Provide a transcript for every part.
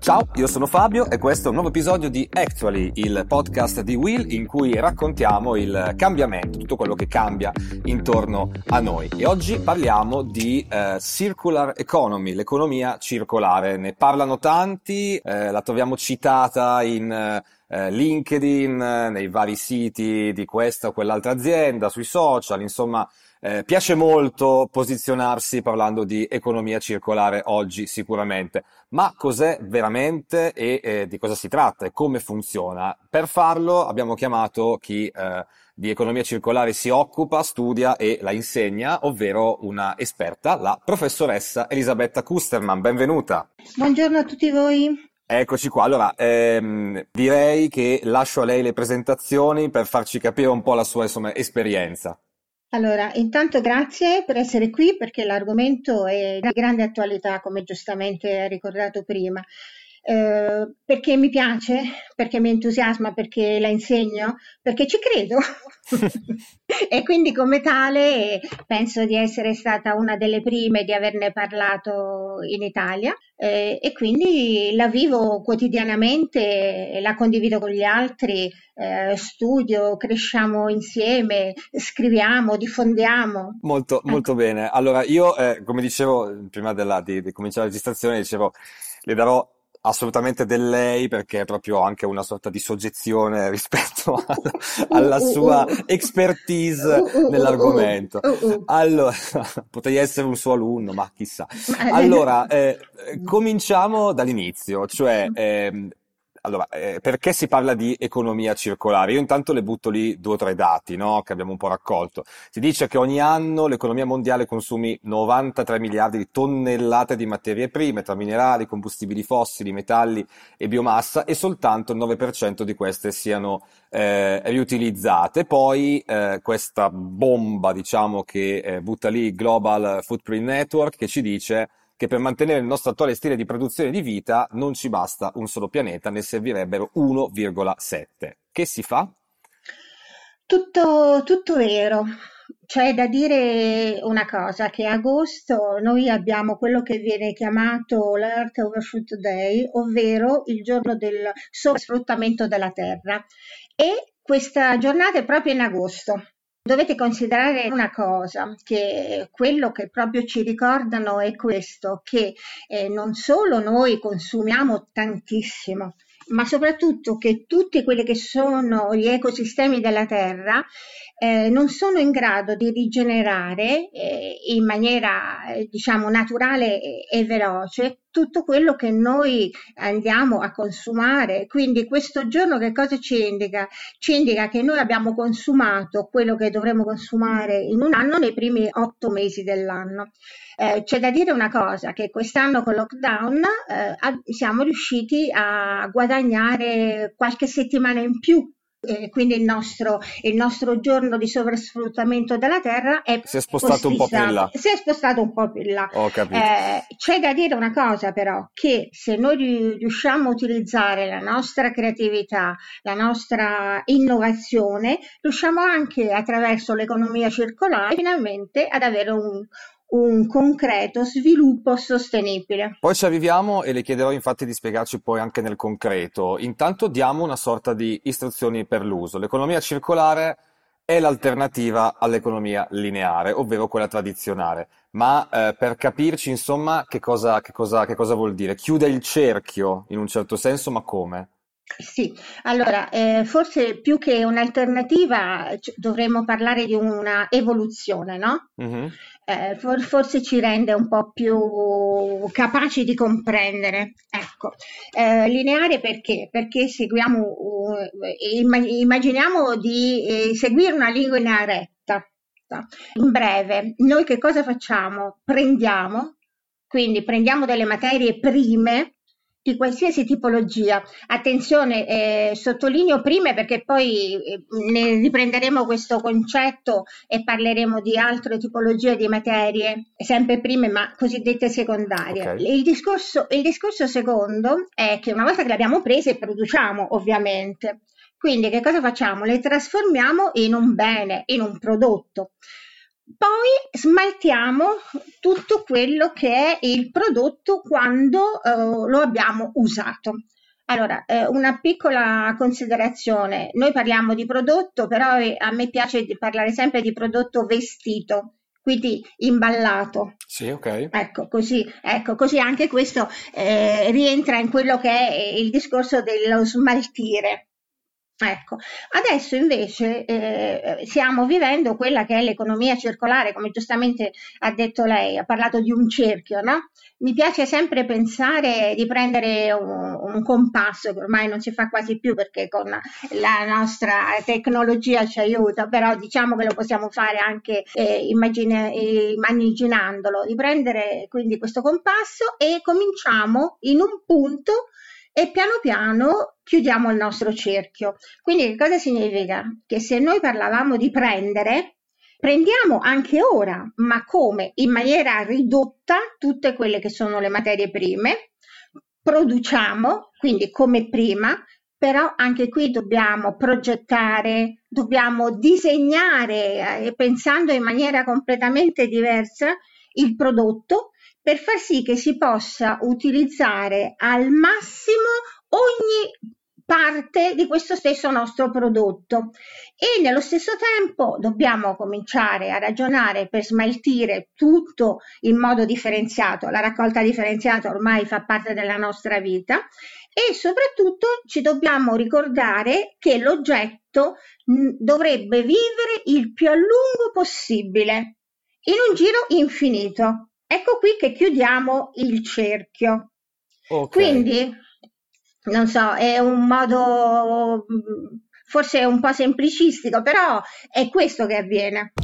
Ciao, io sono Fabio e questo è un nuovo episodio di Actually, il podcast di Will in cui raccontiamo il cambiamento, tutto quello che cambia intorno a noi. E oggi parliamo di circular economy, l'economia circolare. Ne parlano tanti, la troviamo citata in LinkedIn, nei vari siti di questa o quell'altra azienda, sui social, insomma. Piace molto posizionarsi parlando di economia circolare oggi sicuramente, ma cos'è veramente e di cosa si tratta e come funziona? Per farlo abbiamo chiamato chi di economia circolare si occupa, studia e la insegna, ovvero una esperta, la professoressa Elisabetta Kusterman. Benvenuta! Buongiorno a tutti voi! Eccoci qua, allora direi che lascio a lei le presentazioni per farci capire un po' la sua esperienza. Allora, intanto grazie per essere qui perché l'argomento è di grande attualità, come giustamente hai ricordato prima. Perché mi piace, perché mi entusiasma, perché la insegno, perché ci credo. E quindi come tale penso di essere stata una delle prime di averne parlato in Italia e quindi la vivo quotidianamente, la condivido con gli altri, studio, cresciamo insieme, scriviamo, diffondiamo. Molto Ecco. bene. Allora io, come dicevo prima di cominciare la registrazione, dicevo le darò assolutamente del lei perché è proprio anche una sorta di soggezione rispetto alla sua expertise nell'argomento. Allora, potrei essere un suo alunno, ma chissà. Allora, cominciamo dall'inizio, cioè allora, perché si parla di economia circolare? Io intanto le butto lì 2 o 3 dati, no? Che abbiamo un po' raccolto. Si dice che ogni anno l'economia mondiale consumi 93 miliardi di tonnellate di materie prime, tra minerali, combustibili fossili, metalli e biomassa, e soltanto il 9% di queste siano riutilizzate. Poi questa bomba, diciamo, che butta lì il Global Footprint Network, che ci dice che per mantenere il nostro attuale stile di produzione di vita non ci basta un solo pianeta, ne servirebbero 1,7. Che si fa? Tutto vero. C'è da dire una cosa, che a agosto noi abbiamo quello che viene chiamato l'Earth Overshoot Day, ovvero il giorno del sovrasfruttamento della Terra. E questa giornata è proprio in agosto. Dovete considerare una cosa, che quello che proprio ci ricordano è questo, che non solo noi consumiamo tantissimo, ma soprattutto che tutti quelli che sono gli ecosistemi della Terra non sono in grado di rigenerare in maniera diciamo naturale e veloce tutto quello che noi andiamo a consumare. Quindi questo giorno che cosa ci indica? Ci indica che noi abbiamo consumato quello che dovremmo consumare in un anno nei primi 8 mesi dell'anno. C'è da dire una cosa, che quest'anno con lockdown siamo riusciti a guadagnare qualche settimana in più. Quindi il nostro giorno di sovrasfruttamento della terra si è spostato un po' più in là. Si è spostato un po' più in là. Ho capito. C'è da dire una cosa però, che se noi riusciamo a utilizzare la nostra creatività, la nostra innovazione, riusciamo anche attraverso l'economia circolare finalmente ad avere un concreto sviluppo sostenibile. Poi ci arriviamo e le chiederò infatti di spiegarci poi anche nel concreto. Intanto diamo una sorta di istruzioni per l'uso. L'economia circolare è l'alternativa all'economia lineare, ovvero quella tradizionale. Ma per capirci, insomma, che cosa vuol dire? Chiude il cerchio in un certo senso, ma come? Sì, allora forse più che un'alternativa dovremmo parlare di una evoluzione, no? Mm-hmm. Forse ci rende un po' più capaci di comprendere. Ecco, lineare perché? Perché seguiamo, immaginiamo di seguire una linea retta. In breve, noi che cosa facciamo? Prendiamo delle materie prime di qualsiasi tipologia. Attenzione, sottolineo prime perché poi ne riprenderemo questo concetto e parleremo di altre tipologie di materie, sempre prime ma cosiddette secondarie. Okay. Il discorso secondo è che una volta che le abbiamo prese produciamo ovviamente. Quindi che cosa facciamo? Le trasformiamo in un bene, in un prodotto. Poi smaltiamo tutto quello che è il prodotto quando lo abbiamo usato. Allora, una piccola considerazione: noi parliamo di prodotto, però a me piace parlare sempre di prodotto vestito, quindi imballato. Sì, ok. Ecco, così anche questo rientra in quello che è il discorso dello smaltire. Ecco, adesso invece stiamo vivendo quella che è l'economia circolare, come giustamente ha detto lei, ha parlato di un cerchio, no? Mi piace sempre pensare di prendere un compasso, che ormai non si fa quasi più perché con la nostra tecnologia ci aiuta, però diciamo che lo possiamo fare anche immaginandolo, di prendere quindi questo compasso e cominciamo in un punto e piano piano chiudiamo il nostro cerchio. Quindi che cosa significa? Che se noi parlavamo di prendere, prendiamo anche ora, ma come? In maniera ridotta tutte quelle che sono le materie prime, produciamo, quindi come prima, però anche qui dobbiamo progettare, dobbiamo disegnare, pensando in maniera completamente diversa il prodotto, per far sì che si possa utilizzare al massimo ogni parte di questo stesso nostro prodotto e nello stesso tempo dobbiamo cominciare a ragionare per smaltire tutto in modo differenziato. La raccolta differenziata ormai fa parte della nostra vita e soprattutto ci dobbiamo ricordare che l'oggetto dovrebbe vivere il più a lungo possibile in un giro infinito. Ecco qui che chiudiamo il cerchio. Ok. Quindi, non so, è un modo forse un po' semplicistico, però è questo che avviene.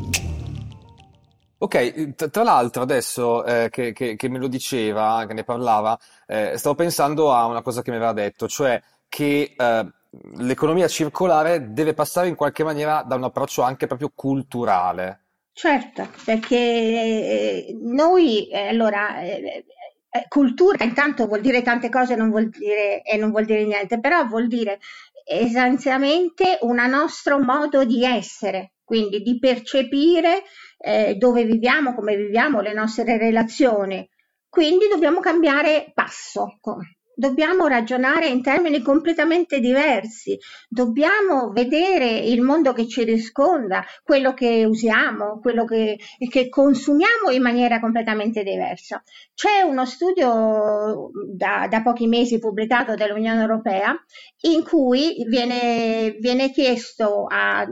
Ok, tra l'altro adesso che me lo diceva, che ne parlava, stavo pensando a una cosa che mi aveva detto, cioè che l'economia circolare deve passare in qualche maniera da un approccio anche proprio culturale. Certo, perché noi, allora, cultura intanto vuol dire tante cose, non vuol dire, e non vuol dire niente, però vuol dire essenzialmente un nostro modo di essere, quindi di percepire dove viviamo, come viviamo, le nostre relazioni. Quindi dobbiamo cambiare passo, dobbiamo ragionare in termini completamente diversi, dobbiamo vedere il mondo che ci risconda, quello che usiamo, quello che consumiamo in maniera completamente diversa. C'è uno studio da pochi mesi pubblicato dall'Unione Europea in cui viene chiesto a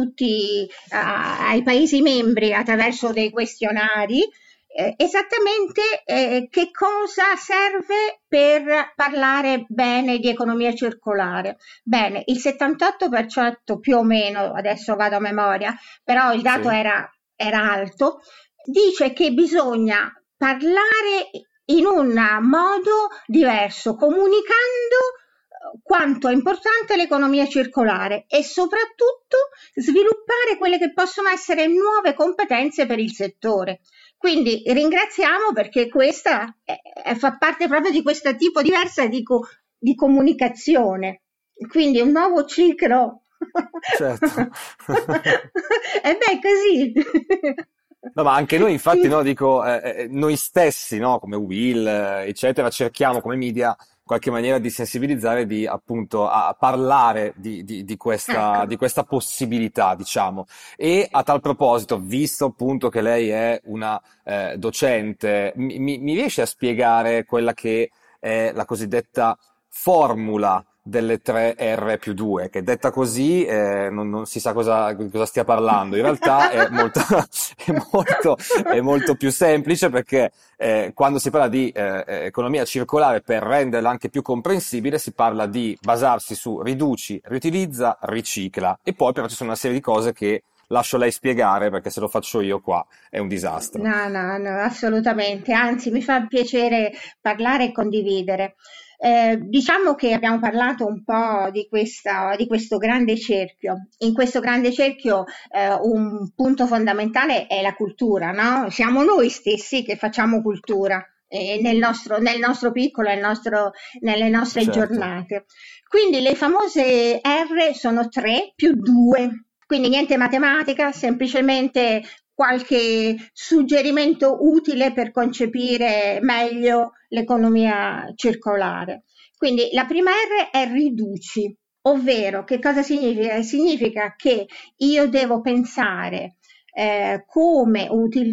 ai Paesi membri attraverso dei questionari esattamente che cosa serve per parlare bene di economia circolare. Bene, il 78% più o meno, adesso vado a memoria, però il dato Sì. era alto, dice che bisogna parlare in un modo diverso, comunicando quanto è importante l'economia circolare e soprattutto sviluppare quelle che possono essere nuove competenze per il settore. Quindi ringraziamo perché questa fa parte proprio di questo tipo diversa di comunicazione. Quindi un nuovo ciclo. Certo. E beh, così. No, ma anche noi, infatti, no, dico, noi stessi, no, come Will, eccetera, cerchiamo come media in qualche maniera di sensibilizzare, di appunto a parlare Ecco. di questa possibilità, diciamo. E a tal proposito, visto appunto che lei è una docente, mi riesce a spiegare quella che è la cosiddetta formula delle 3R+2, che detta così non si sa cosa stia parlando. In realtà è molto, è molto più semplice perché quando si parla di economia circolare, per renderla anche più comprensibile, si parla di basarsi su riduci, riutilizza, ricicla. E poi però ci sono una serie di cose che lascio lei spiegare perché se lo faccio io qua è un disastro. No, no, no, assolutamente, anzi mi fa piacere parlare e condividere. Diciamo che abbiamo parlato un po' di questo grande cerchio. In questo grande cerchio un punto fondamentale è la cultura, no? Siamo noi stessi che facciamo cultura nel nostro piccolo, nelle nostre Certo. giornate. Quindi le famose R sono 3 più 2. Quindi niente matematica, semplicemente qualche suggerimento utile per concepire meglio l'economia circolare. Quindi la prima R è riduci, ovvero che cosa significa? Significa che io devo pensare come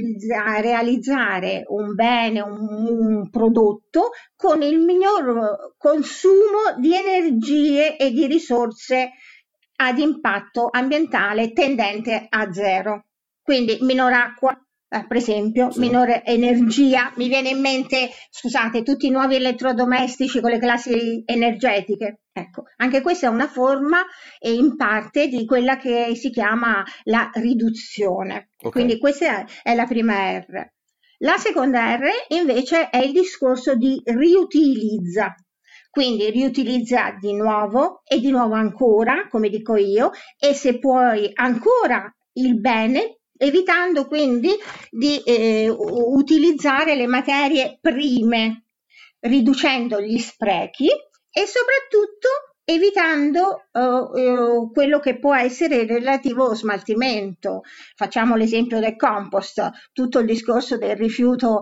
realizzare un bene, un prodotto con il minor consumo di energie e di risorse ad impatto ambientale tendente a zero. Quindi minor acqua, per esempio, Sì. minore energia. Mi viene in mente, scusate, tutti i nuovi elettrodomestici con le classi energetiche. Ecco, anche questa è una forma e in parte di quella che si chiama la riduzione. Ok. Quindi questa è la prima R. La seconda R invece è il discorso di riutilizza. Quindi riutilizza di nuovo e di nuovo ancora, come dico io, e se puoi ancora il bene, evitando quindi di utilizzare le materie prime, riducendo gli sprechi e soprattutto evitando quello che può essere relativo allo smaltimento. Facciamo l'esempio del compost, tutto il discorso del rifiuto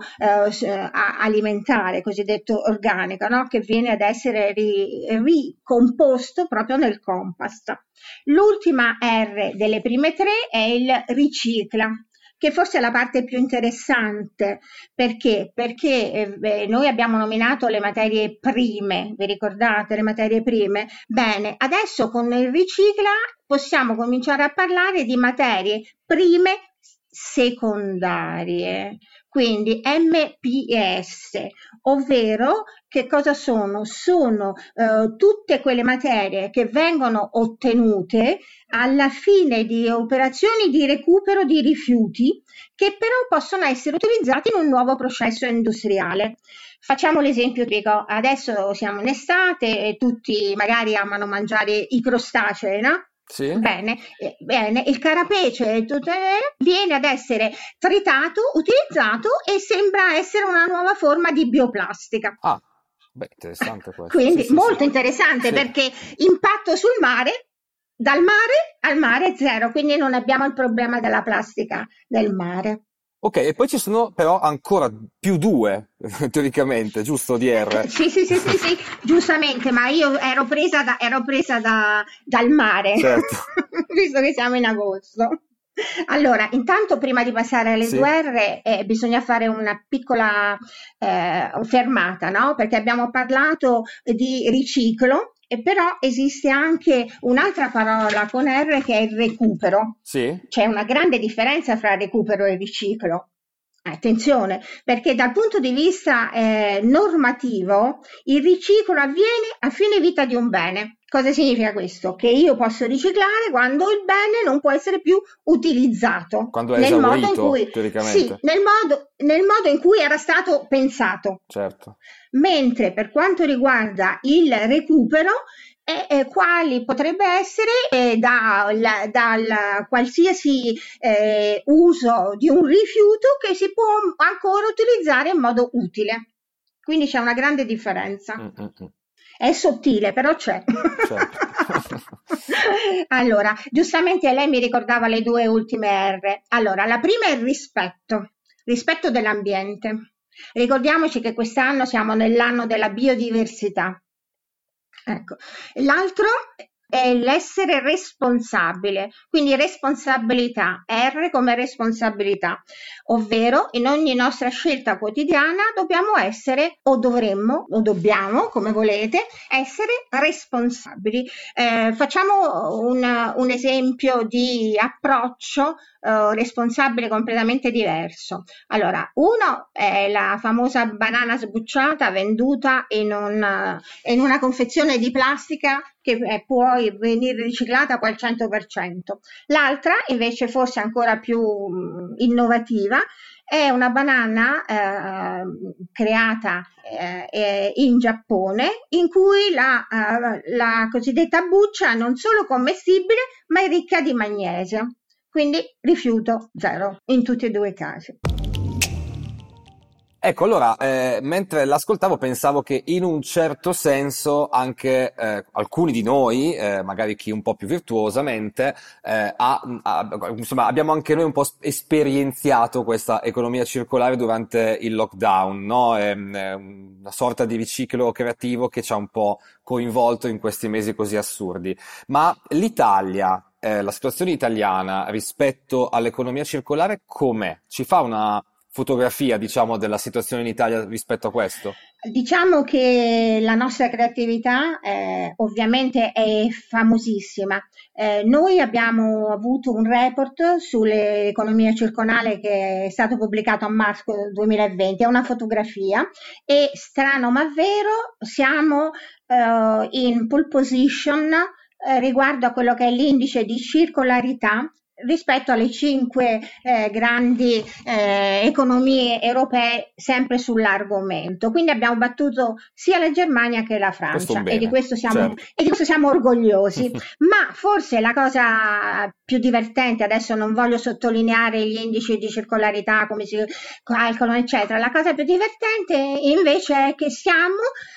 alimentare, cosiddetto organico, no? Che viene ad essere ricomposto proprio nel compost. L'ultima R delle prime tre è il ricicla, che forse è la parte più interessante. Perché? Perché noi abbiamo nominato le materie prime, vi ricordate le materie prime? Bene, adesso con il ricicla possiamo cominciare a parlare di materie prime secondarie, quindi MPS, ovvero che cosa sono? Sono tutte quelle materie che vengono ottenute alla fine di operazioni di recupero di rifiuti che però possono essere utilizzati in un nuovo processo industriale. Facciamo l'esempio tipico, adesso siamo in estate e tutti magari amano mangiare i crostacei, no? Sì? Bene, il carapace viene ad essere tritato, utilizzato e sembra essere una nuova forma di bioplastica. Ah, beh, interessante questo. Quindi Sì, molto sì. interessante Sì. perché impatto sul mare, dal mare al mare zero, quindi non abbiamo il problema della plastica del mare. Ok, e poi ci sono però ancora più due, teoricamente, giusto, di R? Sì, giustamente, ma io ero presa dal mare, Certo. visto che siamo in agosto. Allora, intanto prima di passare alle Sì. due R bisogna fare una piccola fermata, no? Perché abbiamo parlato di riciclo, e però esiste anche un'altra parola con R che è il recupero. Sì? C'è una grande differenza fra recupero e riciclo. Attenzione, perché dal punto di vista normativo il riciclo avviene a fine vita di un bene. Cosa significa questo? Che io posso riciclare quando il bene non può essere più utilizzato. Quando è nel modo in esaurito, cui, teoricamente. sì, nel modo in cui era stato pensato. Certo. Mentre per quanto riguarda il recupero, quali potrebbe essere dal qualsiasi uso di un rifiuto che si può ancora utilizzare in modo utile. Quindi c'è una grande differenza. È sottile, però c'è. Certo. Allora, giustamente lei mi ricordava le due ultime R. Allora, la prima è il rispetto dell'ambiente. Ricordiamoci che quest'anno siamo nell'anno della biodiversità. Ecco. L'altro è l'essere responsabile, quindi responsabilità, R come responsabilità, ovvero in ogni nostra scelta quotidiana dobbiamo essere o dovremmo o dobbiamo, come volete, essere responsabili. Facciamo un esempio di approccio responsabile completamente diverso. Allora, uno è la famosa banana sbucciata venduta in una confezione di plastica che può venire riciclata al 100%. L'altra, invece, forse ancora più innovativa, è una banana creata in Giappone, in cui la cosiddetta buccia è non solo commestibile, ma è ricca di magnesio. Quindi rifiuto zero in tutti e due i casi. Ecco, allora, mentre l'ascoltavo pensavo che in un certo senso anche alcuni di noi, magari chi un po' più virtuosamente, insomma, abbiamo anche noi un po' esperienziato questa economia circolare durante il lockdown, no? È una sorta di riciclo creativo che ci ha un po' coinvolto in questi mesi così assurdi. Ma l'Italia, la situazione italiana rispetto all'economia circolare com'è? Ci fa una fotografia, diciamo, della situazione in Italia rispetto a questo? Diciamo che la nostra creatività ovviamente è famosissima. Noi abbiamo avuto un report sull'economia circolare che è stato pubblicato a marzo 2020, è una fotografia e strano ma vero, siamo in pole position riguardo a quello che è l'indice di circolarità rispetto alle cinque grandi economie europee sempre sull'argomento. Quindi abbiamo battuto sia la Germania che la Questo è un Francia bene, certo. e di questo siamo orgogliosi. Ma forse la cosa più divertente, adesso non voglio sottolineare gli indici di circolarità, come si calcolano, eccetera, la cosa più divertente invece è che siamo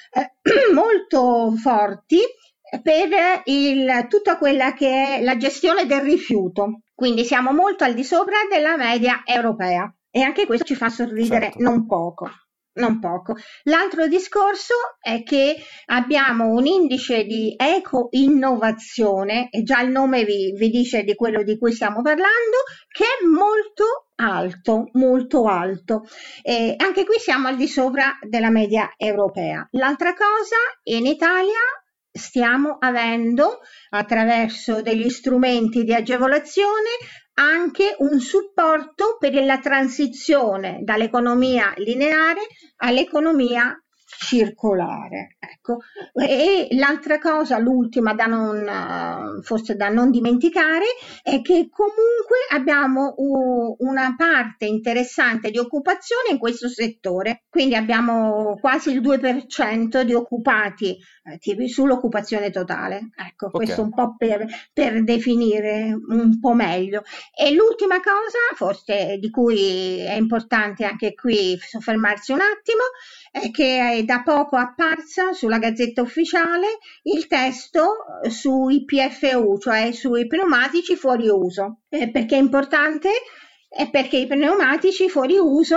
molto forti per tutta quella che è la gestione del rifiuto. Quindi siamo molto al di sopra della media europea e anche questo ci fa sorridere Certo. non poco. Non poco. L'altro discorso è che abbiamo un indice di eco-innovazione, e già il nome vi dice di quello di cui stiamo parlando, che è molto alto, molto alto. Anche qui siamo al di sopra della media europea. L'altra cosa, in Italia stiamo avendo, attraverso degli strumenti di agevolazione, anche un supporto per la transizione dall'economia lineare all'economia circolare. Ecco. E l'altra cosa, l'ultima forse da non dimenticare, è che comunque abbiamo una parte interessante di occupazione in questo settore, quindi abbiamo quasi il 2% di occupati sull'occupazione totale. Ecco, Ok. questo un po' per definire un po' meglio. E l'ultima cosa, forse di cui è importante anche qui soffermarsi un attimo, è che è da poco apparsa sulla Gazzetta Ufficiale il testo sui PFU, cioè sui pneumatici fuori uso. Perché è importante? È perché i pneumatici fuori uso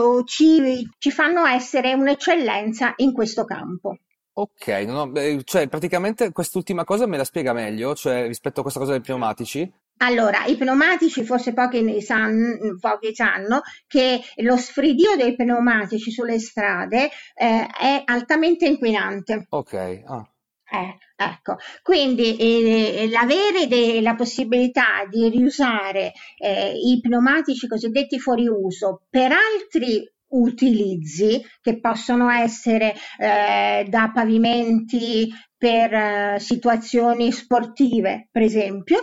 ci fanno essere un'eccellenza in questo campo. Ok, cioè praticamente quest'ultima cosa me la spiega meglio, cioè rispetto a questa cosa dei pneumatici? Allora, i pneumatici, forse pochi sanno che lo sfridio dei pneumatici sulle strade è altamente inquinante. Ok, ah, Ecco, quindi l'avere la possibilità di riusare i pneumatici cosiddetti fuori uso per altri utilizzi che possono essere da pavimenti per situazioni sportive, per esempio,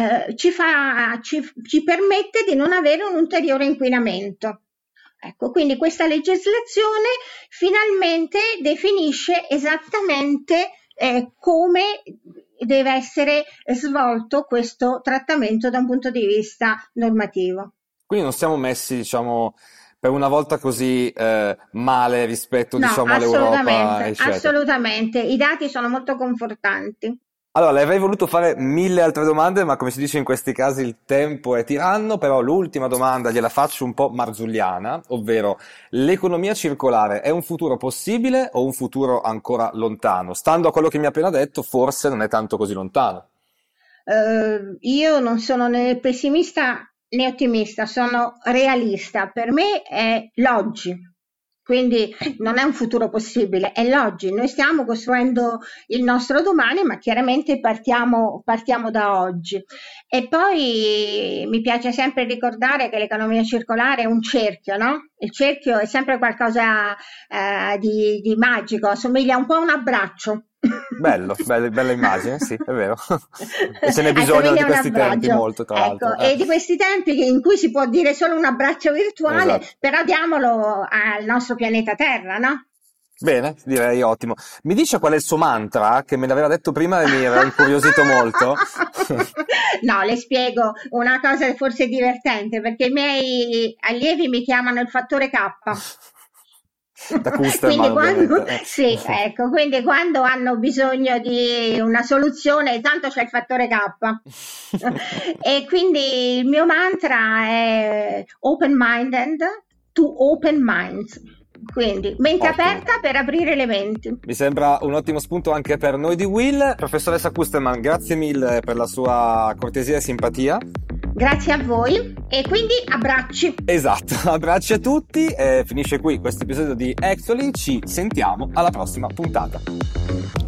ci permette di non avere un ulteriore inquinamento. Ecco, quindi questa legislazione finalmente definisce esattamente come deve essere svolto questo trattamento da un punto di vista normativo. quindi non siamo messi, diciamo, per una volta così male rispetto, No, diciamo, all'Europa, assolutamente, eccetera. assolutamente. I dati sono molto confortanti. Allora, le avrei voluto fare mille altre domande, ma come si dice in questi casi il tempo è tiranno, però l'ultima domanda gliela faccio un po' marzulliana, ovvero l'economia circolare è un futuro possibile o un futuro ancora lontano? Stando a quello che mi ha appena detto, forse non è tanto così lontano. Io non sono né pessimista né ottimista, sono realista. Per me è l'oggi, quindi non è un futuro possibile, è l'oggi. Noi stiamo costruendo il nostro domani, ma chiaramente partiamo da oggi. E poi mi piace sempre ricordare che l'economia circolare è un cerchio, no? Il cerchio è sempre qualcosa di magico, assomiglia un po' a un abbraccio. Bello, bella immagine, sì, è vero. E ce n'è bisogno anche Assomiglia a in un questi tempi, abbraccio. molto, tra l'altro. Ecco, e di questi tempi in cui si può dire solo un abbraccio virtuale, Esatto. però diamolo al nostro pianeta Terra, no? Bene, direi ottimo. Mi dice qual è il suo mantra, che me l'aveva detto prima e mi era incuriosito molto. No, le spiego una cosa forse divertente, perché i miei allievi mi chiamano il fattore K. Da Kusterman, Quindi quando, ovviamente. sì, ecco, quindi quando hanno bisogno di una soluzione, tanto c'è il fattore K. E quindi il mio mantra è open-minded to open minds. Quindi mente Ottimo. aperta per aprire le menti. Mi sembra un ottimo spunto anche per noi di Will. Professoressa Kusterman, grazie mille per la sua cortesia e simpatia. Grazie a voi e quindi abbracci. Esatto, abbracci a tutti. Finisce qui questo episodio di Actually. Ci sentiamo alla prossima puntata.